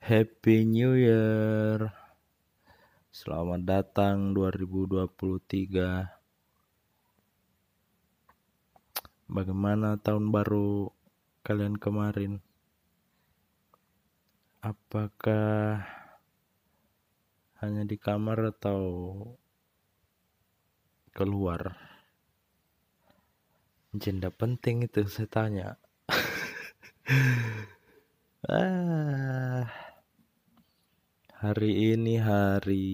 Happy New Year. Selamat datang 2023. Bagaimana tahun baru kalian kemarin? Apakah hanya di kamar atau keluar? Agenda penting itu saya tanya. Hari ini hari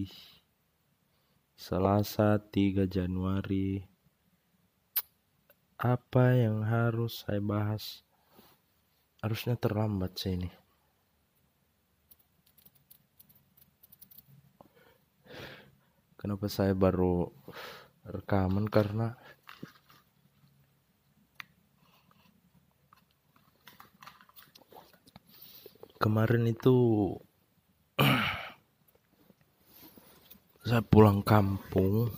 Selasa 3 Januari. Apa yang harus saya bahas? Harusnya terlambat sih ini. Kenapa saya baru rekaman? Karena kemarin itu saya pulang kampung,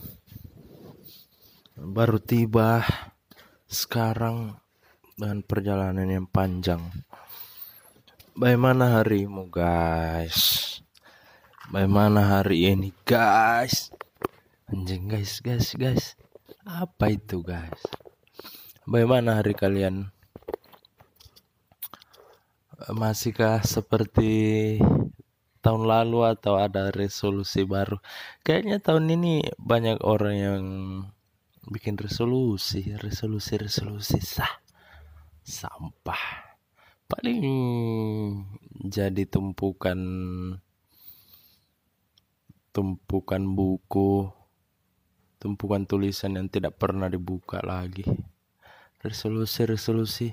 baru tiba sekarang dengan perjalanan yang panjang. Bagaimana harimu guys? Bagaimana hari ini guys? Anjing guys. Apa itu guys? Bagaimana hari kalian? Masihkah seperti tahun lalu atau ada resolusi baru? Kayaknya tahun ini banyak orang yang bikin resolusi sampah. Paling jadi tumpukan buku, tumpukan tulisan yang tidak pernah dibuka lagi. Resolusi.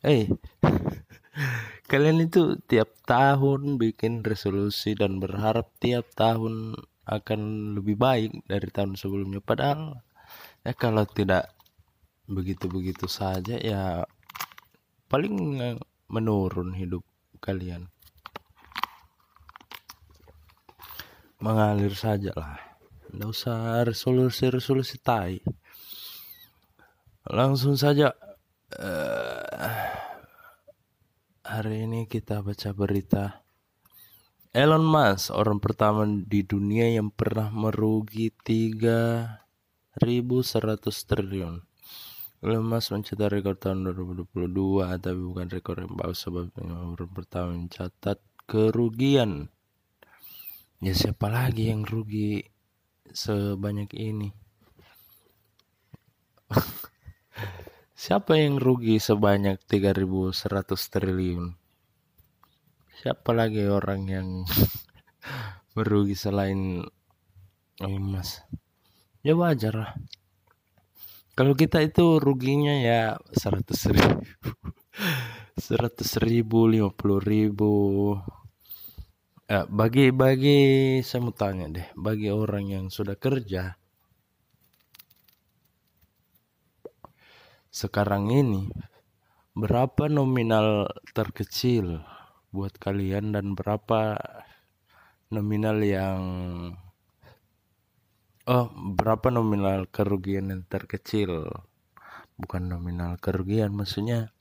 Kalian itu tiap tahun bikin resolusi dan berharap tiap tahun akan lebih baik dari tahun sebelumnya. Padahal ya kalau tidak begitu-begitu saja ya paling menurun hidup kalian. Mengalir saja lah. Nggak usah resolusi tai. Langsung saja hari ini kita baca berita Elon Musk, orang pertama di dunia yang pernah merugi 3.100 triliun. Elon Musk mencetak rekor tahun 2022, tapi bukan rekor yang bagus sebab orang pertama mencatat kerugian. Ya siapa lagi yang rugi sebanyak ini? Siapa yang rugi sebanyak 3.100 triliun? Siapa lagi orang yang merugi selain Elon Musk? Ya wajar lah. Kalau kita itu ruginya ya 100.000, 100.000, 50.000. Bagi saya mau tanya deh, bagi orang yang sudah kerja sekarang ini, berapa nominal terkecil buat kalian dan berapa nominal kerugian yang terkecil? Bukan nominal kerugian, maksudnya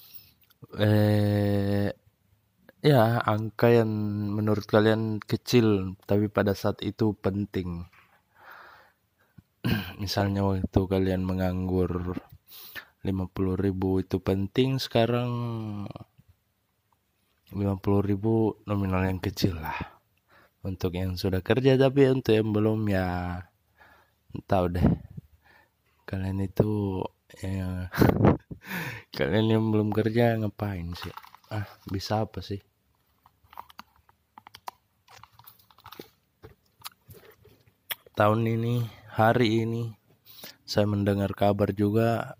ya angka yang menurut kalian kecil tapi pada saat itu penting. Misalnya waktu kalian menganggur 50.000 itu penting, sekarang 50.000 nominal yang kecil lah untuk yang sudah kerja, tapi untuk yang belum ya tahu deh. Kalian itu kalian yang belum kerja ngapain sih? Bisa apa sih? Tahun ini, hari ini saya mendengar kabar juga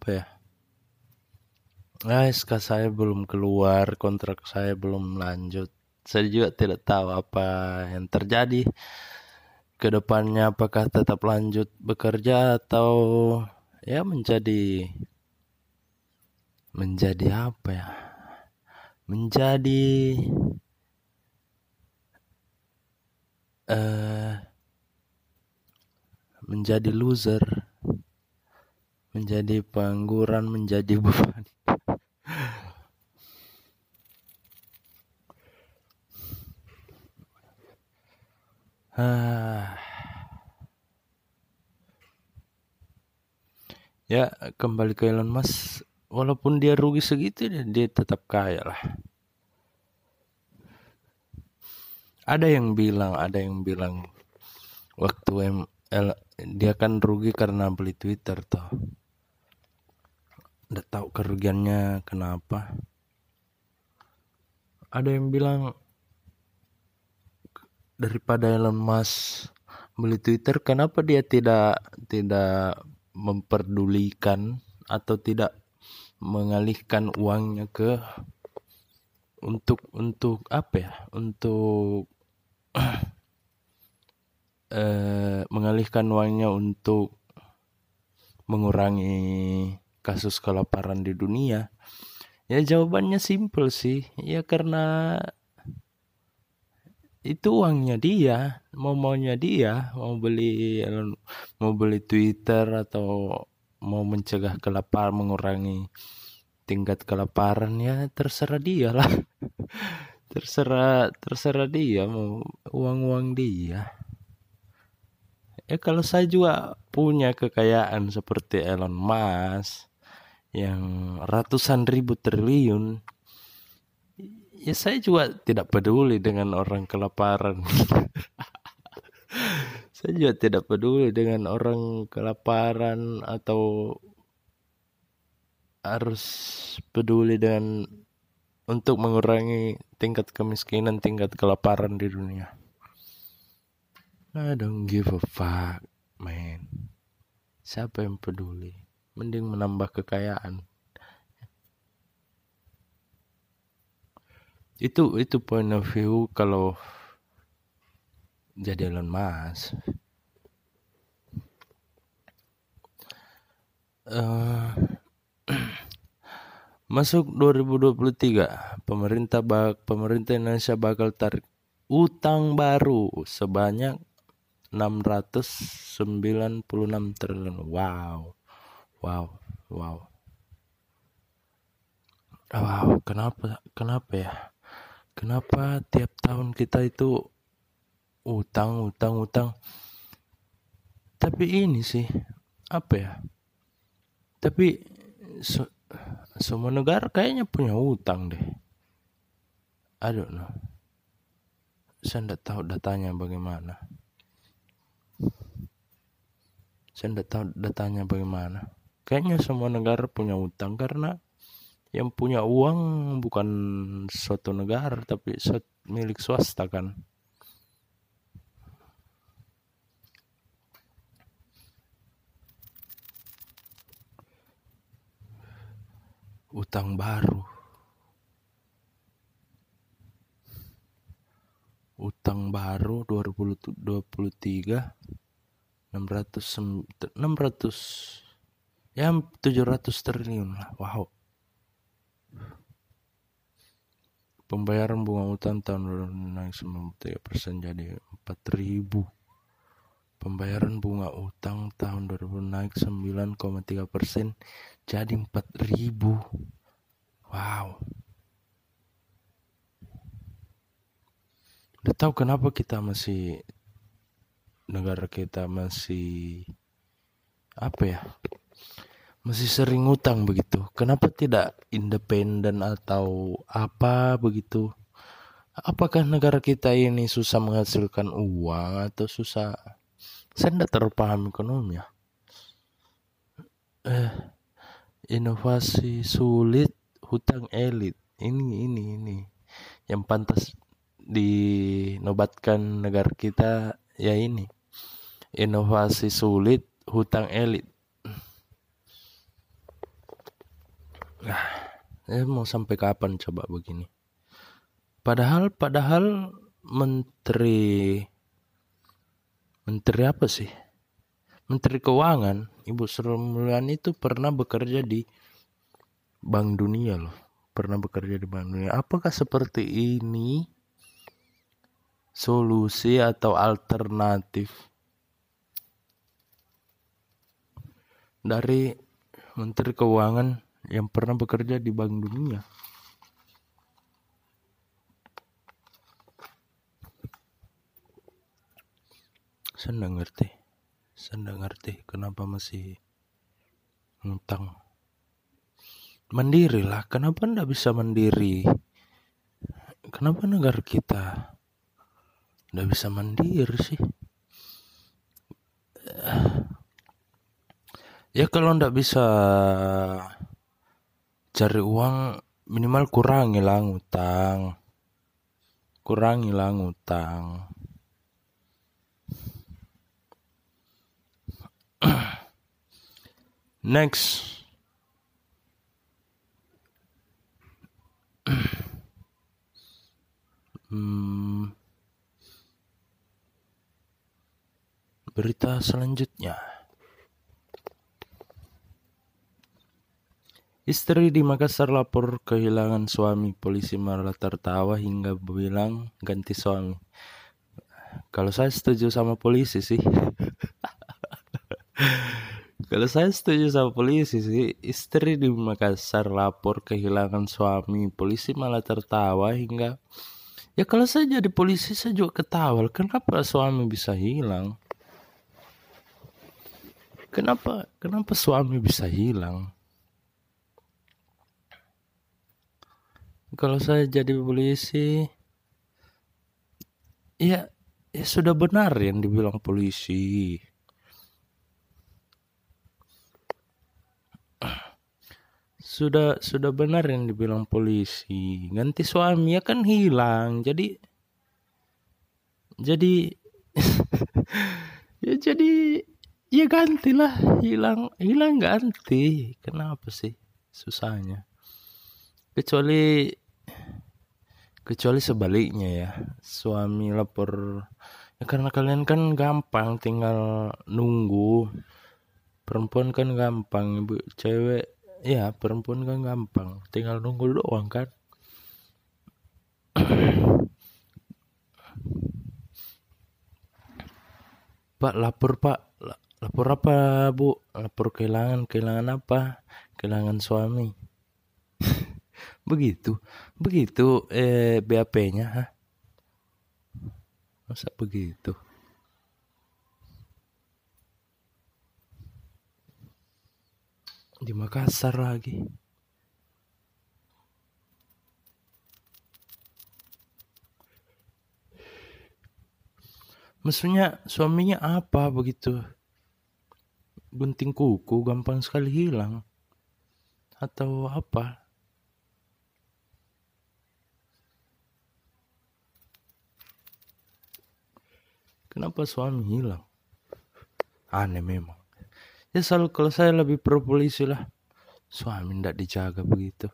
SK saya belum keluar, kontrak saya belum lanjut. Saya juga tidak tahu apa yang terjadi ke depannya, apakah tetap lanjut bekerja atau ya menjadi apa ya? Menjadi loser, menjadi pengangguran, menjadi beban. Ah, ya kembali ke Elon Musk, walaupun dia rugi segitu, dia tetap kaya lah. Ada yang bilang waktu dia kan rugi karena beli Twitter toh. Nggak tahu kerugiannya kenapa. Ada yang bilang daripada Elon Musk beli Twitter, kenapa dia tidak memperdulikan atau tidak mengalihkan uangnya ke untuk apa ya? Untuk mengalihkan uangnya untuk mengurangi kasus kelaparan di dunia. Ya jawabannya simple sih. Ya karena itu uangnya dia, maunya dia, mau beli Twitter atau mau mencegah kelaparan, mengurangi tingkat kelaparan, ya terserah dia lah. terserah dia, mau uang dia. Ya kalau saya juga punya kekayaan seperti Elon Musk yang ratusan ribu triliun, ya saya juga tidak peduli dengan orang kelaparan. Saya juga tidak peduli dengan orang kelaparan atau harus peduli dengan untuk mengurangi tingkat kemiskinan, tingkat kelaparan di dunia. I don't give a fuck, man. Siapa yang peduli? Mending menambah kekayaan. Itu point of view kalau jadi Elon Musk. Masuk 2023, pemerintah Indonesia bakal tarik utang baru sebanyak 696 triliun. Wow. Kenapa ya? Kenapa tiap tahun kita itu utang? Tapi ini sih, apa ya? Tapi semua negara kayaknya punya utang deh. I don't know. Saya tidak tahu datanya bagaimana. Kayaknya semua negara punya utang karena yang punya uang bukan suatu negara tapi milik swasta kan. Utang baru 2023 600 ya 700 triliun lah. Wow. Pembayaran bunga utang tahun 2000 naik 93% jadi 4.000. Pembayaran bunga utang tahun 2000 naik 9,3% jadi 4.000. Wow. Udah tahu kenapa negara kita masih apa ya? Masih sering utang begitu. Kenapa tidak independen atau apa begitu? Apakah negara kita ini susah menghasilkan uang atau susah? Saya tidak terpaham ekonomi ya. Inovasi sulit, hutang elit. Ini yang pantas dinobatkan negara kita ya ini. Inovasi sulit, hutang elit. Mau sampai kapan coba begini? Padahal menteri apa sih? Menteri Keuangan Ibu Sri Mulyani itu pernah bekerja di Bank Dunia loh. Apakah seperti ini solusi atau alternatif dari Menteri Keuangan yang pernah bekerja di Bank Dunia? Saya nggak ngerti kenapa masih ngutang. Mandirilah, kenapa nggak bisa mandiri? Kenapa negara kita nggak bisa mandiri sih? Ya kalau nggak bisa cari uang, minimal kurangilah ngutang. Next. Berita selanjutnya. Istri di Makassar lapor kehilangan suami. Polisi malah tertawa hingga bilang ganti suami. Kalau saya setuju sama polisi sih. Kalau saya setuju sama polisi sih. Istri di Makassar lapor kehilangan suami. Polisi malah tertawa hingga... Ya kalau saya jadi polisi saya juga ketawa. Kenapa suami bisa hilang? Kenapa suami bisa hilang? Kalau saya jadi polisi, ya sudah benar yang dibilang polisi. Sudah benar yang dibilang polisi. Ganti suami ya kan hilang. Jadi ya gantilah, hilang ganti. Kenapa sih susahnya? Kecuali sebaliknya ya, suami lapor ya karena kalian kan gampang tinggal nunggu. Perempuan kan gampang, ibu cewek ya, perempuan kan gampang tinggal nunggu doang kan. Pak lapor apa bu? Lapor kehilangan apa? Kehilangan suami. begitu BAP-nya, ha? Masa begitu? Di Makassar lagi. Maksudnya suaminya apa begitu? Gunting kuku gampang sekali hilang. Atau apa? Kenapa suami hilang? Aneh memang. Ya selalu kalau saya lebih pro polisi lah. Suami tidak dijaga begitu.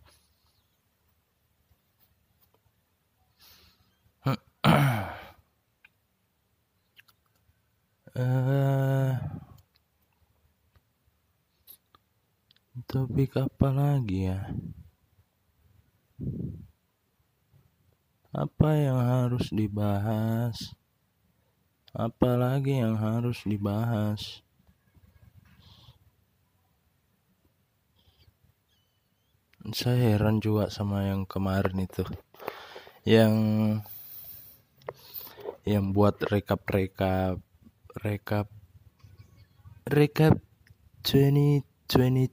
Topik apa lagi ya? Apa yang harus dibahas? Apa lagi yang harus dibahas? Saya heran juga sama yang kemarin itu. Yang buat rekap 2020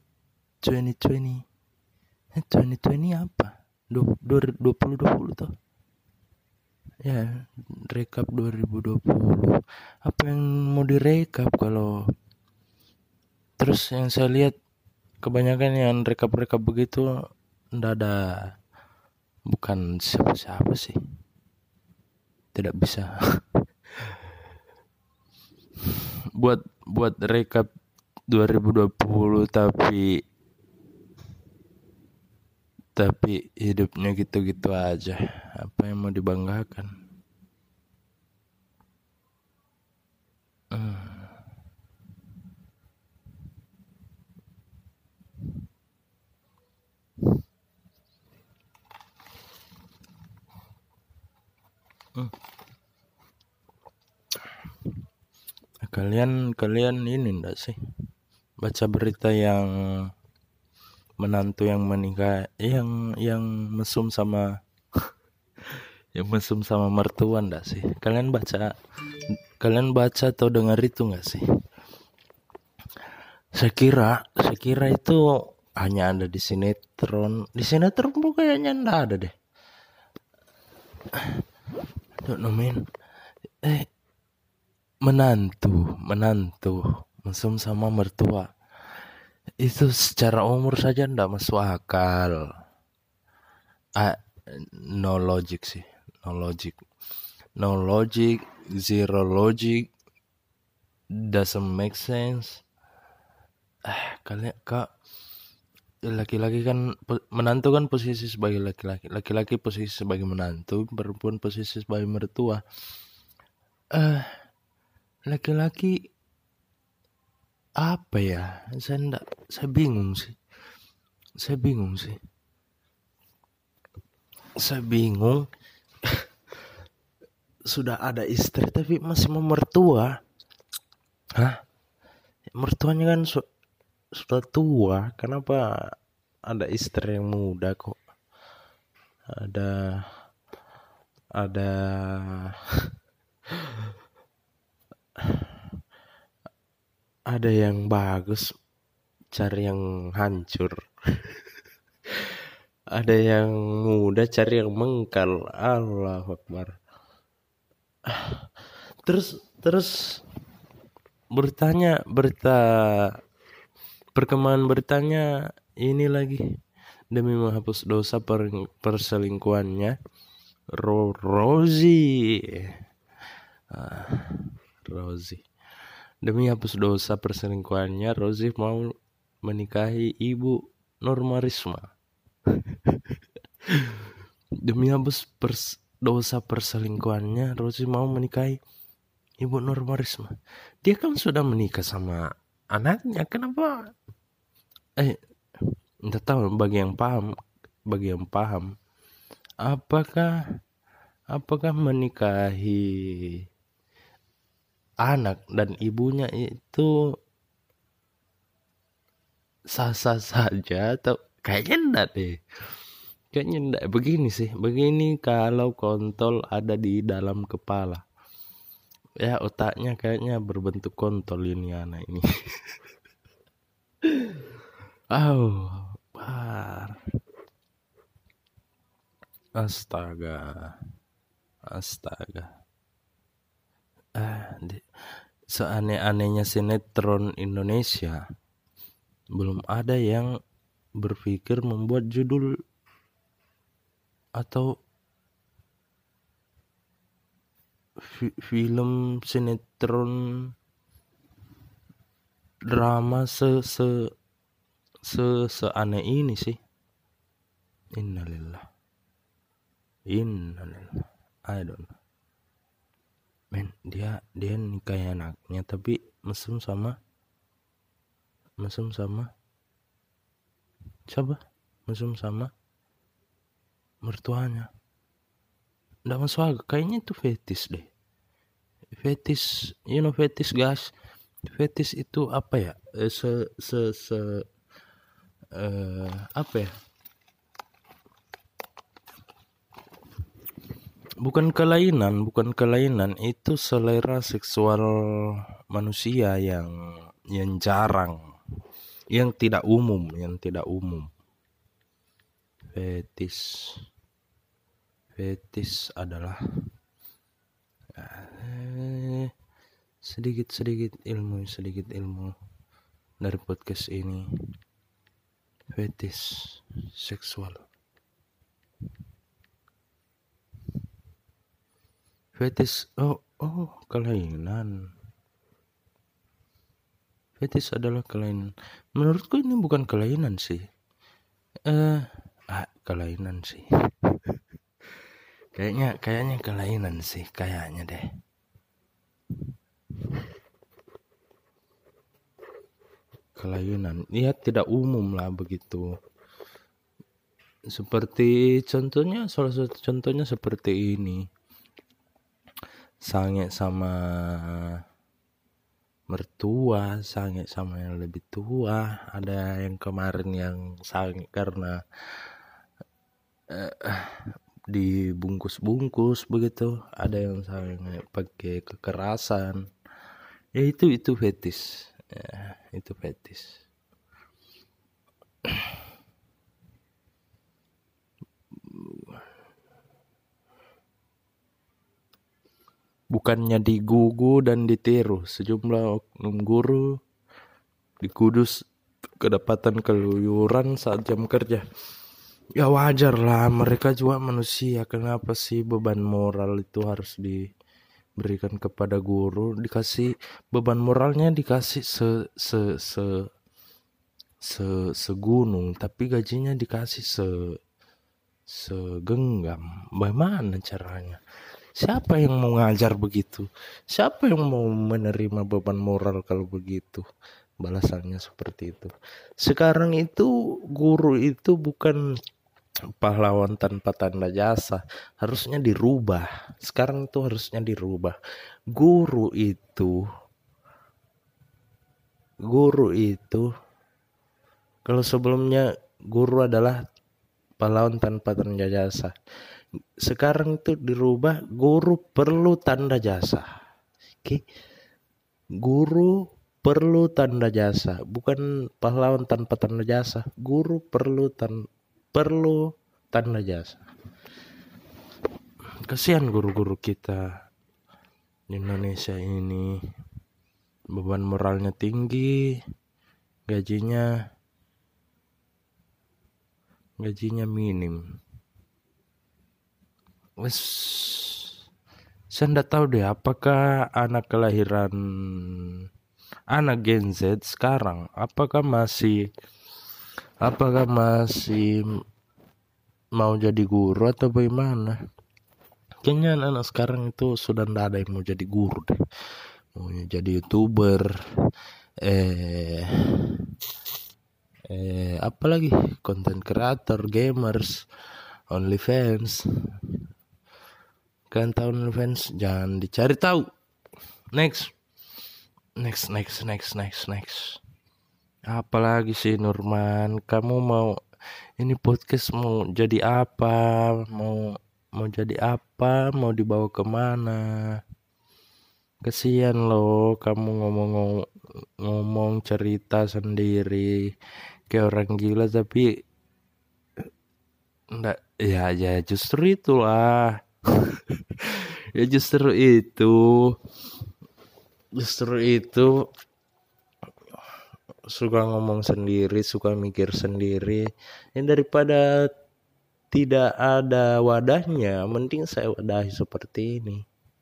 apa? 2020 tuh. Ya, rekap 2020. Apa yang mau direkap kalau terus yang saya lihat kebanyakan yang rekap begitu ndak ada, bukan siapa-siapa sih. Tidak bisa. buat rekap 2020 tapi hidupnya gitu-gitu aja. Apa yang mau dibanggakan? Kalian ini enggak sih baca berita yang menantu yang menikah, yang mesum sama yang mesum sama mertua enggak sih? Kalian baca Kalian baca atau dengar itu nggak sih? Saya kira itu hanya ada di sinetron. Di sinetron pun kayaknya nggak ada deh. Don't know man. Menantu mesum sama mertua. Itu secara umur saja ndak masuk akal. No logic sih. No logic, zero logic, doesn't make sense. Kalian laki-laki kan menantu kan posisi sebagai laki-laki posisi sebagai menantu, perempuan posisi sebagai mertua. Laki-laki apa ya? Saya bingung sih. Saya bingung. Sudah ada istri tapi masih mau mertua. Hah? Mertuanya kan sudah tua, kenapa ada istri yang muda kok? Ada ada yang bagus, cari yang hancur. Ada yang muda, cari yang mengkal. Allahu Akbar. Terus perkembangan beritanya ini lagi, demi menghapus dosa perselingkuhannya Rosie. Demi hapus dosa perselingkuhannya, Rosie mau menikahi Ibu Norma Risma. Demi hapus dosa perselingkuhannya, Rosie mau menikahi Ibu Norma Risma. Dia kan sudah menikah sama anaknya, kenapa? Entah tahu, bagi yang paham, apakah menikahi anak dan ibunya itu sah-sah saja atau kayaknya enggak deh. Kayaknya enggak. Begini kalau kontol ada di dalam kepala. Ya otaknya kayaknya berbentuk kontol ini anak ini. Astaga. Seaneh-anehnya sinetron Indonesia, belum ada yang berpikir membuat judul atau film sinetron drama seaneh ini sih. Innalillah. I don't know. Men, dia nikahin anaknya tapi mesum sama siapa? Mesum sama mertuanya. Nggak masuk akal. Kayaknya itu fetis deh. Fetis, fetis guys. Fetis itu apa ya? Apa ya? Bukan kelainan, itu selera seksual manusia yang jarang, yang tidak umum. Fetis adalah sedikit ilmu dari podcast ini. Fetis seksual. Fetis, kelainan. Fetis adalah kelainan. Menurutku ini bukan kelainan sih. Kelainan sih. Kayaknya kelainan sih, kayaknya deh. Kelainan, ya tidak umum lah begitu. Seperti contohnya, salah satu contohnya seperti ini. Sange sama mertua, sange sama yang lebih tua. Ada yang kemarin yang sange karena dibungkus-bungkus begitu, ada yang sampai pakai kekerasan. Ya itu fetis. Ya, itu fetis. Bukannya digugu dan ditiru, sejumlah oknum guru di Kudus kedapatan keluyuran saat jam kerja. Ya wajar lah, mereka juga manusia. Kenapa sih beban moral itu harus diberikan kepada guru? Dikasih beban moralnya, dikasih segunung, tapi gajinya dikasih segenggam. Bagaimana caranya? Siapa yang mau ngajar begitu? Siapa yang mau menerima beban moral kalau begitu? Balasannya seperti itu. Sekarang itu guru itu bukan pahlawan tanpa tanda jasa. Harusnya dirubah. Sekarang itu harusnya dirubah. Guru itu kalau sebelumnya guru adalah pahlawan tanpa tanda jasa. Sekarang itu dirubah, guru perlu tanda jasa. Oke. Guru perlu tanda jasa, bukan pahlawan tanpa tanda jasa. Guru perlu tanda jasa. Kasihan guru-guru kita di Indonesia ini, beban moralnya tinggi, gajinya minim. Saya nggak tahu deh apakah anak Gen Z sekarang apakah masih mau jadi guru atau bagaimana? Kayaknya anak sekarang itu sudah nggak ada yang mau jadi guru deh. Mau jadi YouTuber, apalagi content creator, gamers, OnlyFans. Kan tahu OnlyFans, jangan dicari tahu. Next. Apalagi sih Nurman, kamu mau ini podcast mau jadi apa? Mau jadi apa? Mau dibawa kemana? Kasihan loh kamu ngomong cerita sendiri kayak orang gila, tapi enggak, ya justru itulah. Ya justru itu suka ngomong sendiri, suka mikir sendiri. Yang daripada tidak ada wadahnya, mending saya wadahi seperti ini.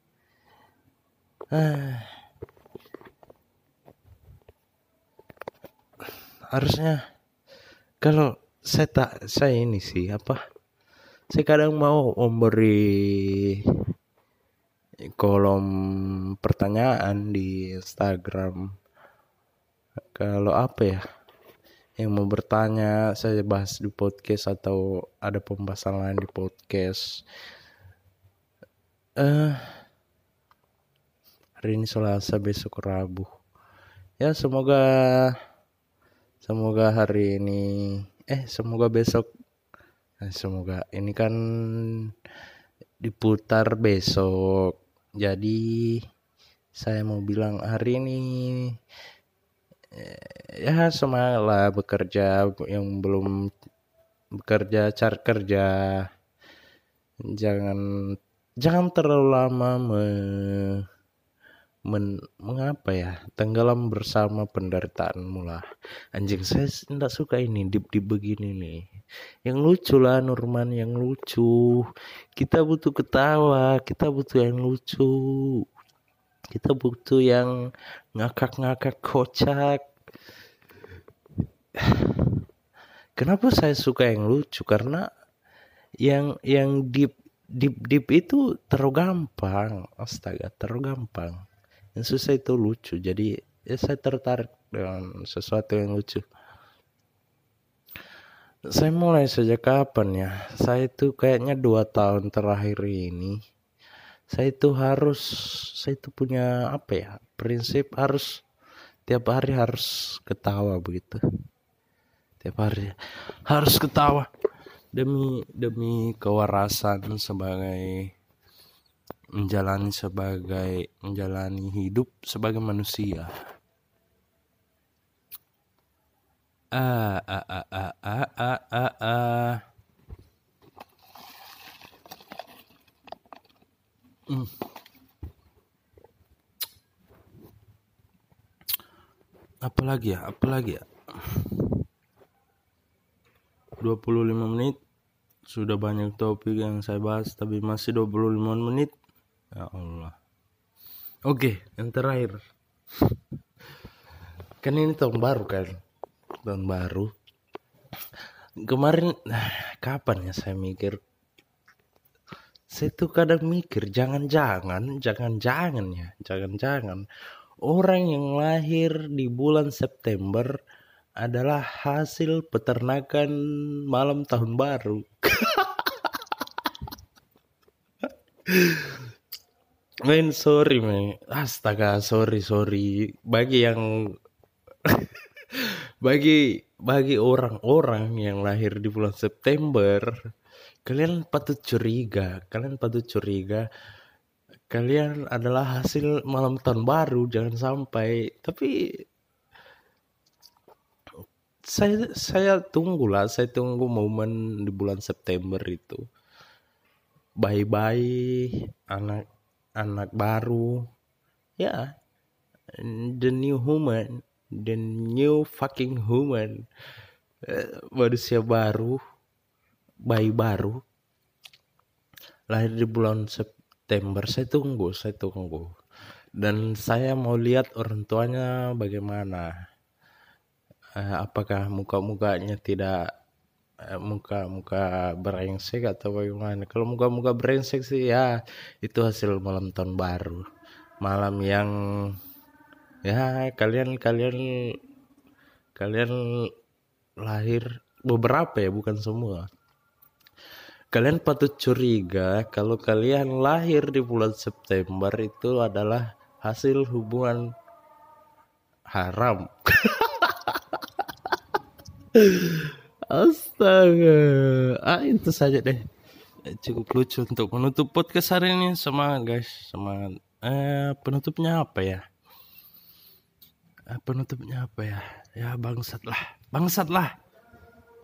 Harusnya kalau saya ini sih saya kadang mau memberi kolom pertanyaan di Instagram. Kalau yang mau bertanya, saya bahas di podcast atau ada pembahasan lain di podcast. Hari ini Selasa, besok Rabu. Ya semoga hari ini semoga besok. Semoga ini kan diputar besok. Jadi saya mau bilang hari ini ya semangat lah bekerja, yang belum bekerja cari kerja. Jangan terlalu lama tenggelam bersama penderitaanmu lah. Anjing, saya tidak suka ini deep begini nih. Yang lucu lah Nurman, yang lucu. Kita butuh ketawa, kita butuh yang lucu. Kita butuh yang ngakak kocak. Kenapa saya suka yang lucu? Karena yang deep itu terlalu gampang. Astaga, terlalu gampang. Yang susah itu lucu. Jadi ya saya tertarik dengan sesuatu yang lucu. Saya mulai sejak kapan ya? Saya itu kayaknya 2 tahun terakhir ini. Saya itu punya prinsip harus tiap hari harus ketawa begitu. Tiap hari harus ketawa. demi kewarasan menjalani hidup sebagai manusia. Apalagi ya 25 menit. Sudah banyak topik yang saya bahas, tapi masih 25 menit. Ya Allah. Oke, yang terakhir. Kan ini tahun baru kan. Tahun baru. Kemarin kapan ya saya mikir. Saya tuh kadang mikir jangan-jangan orang yang lahir di bulan September adalah hasil peternakan malam tahun baru. Sorry astaga, sorry bagi yang bagi orang-orang yang lahir di bulan September, kalian patut curiga kalian adalah hasil malam tahun baru, jangan sampai. Tapi saya tunggu momen di bulan September itu. Bye-bye anak baru. Ya, the new fucking human. Manusia baru, bayi baru. Lahir di bulan September. Saya tunggu. Dan saya mau lihat orang tuanya bagaimana. Apakah muka-mukanya tidak muka brengsek atau bagaimana? Kalau muka brengsek sih ya itu hasil malam tahun baru, malam yang ya kalian lahir beberapa ya, bukan semua. Kalian patut curiga kalau kalian lahir di bulan September itu adalah hasil hubungan haram. Astaga. Itu saja deh. Cukup lucu untuk menutup podcast hari ini. Semangat guys, semangat. Penutupnya apa ya? Ya bangsat lah.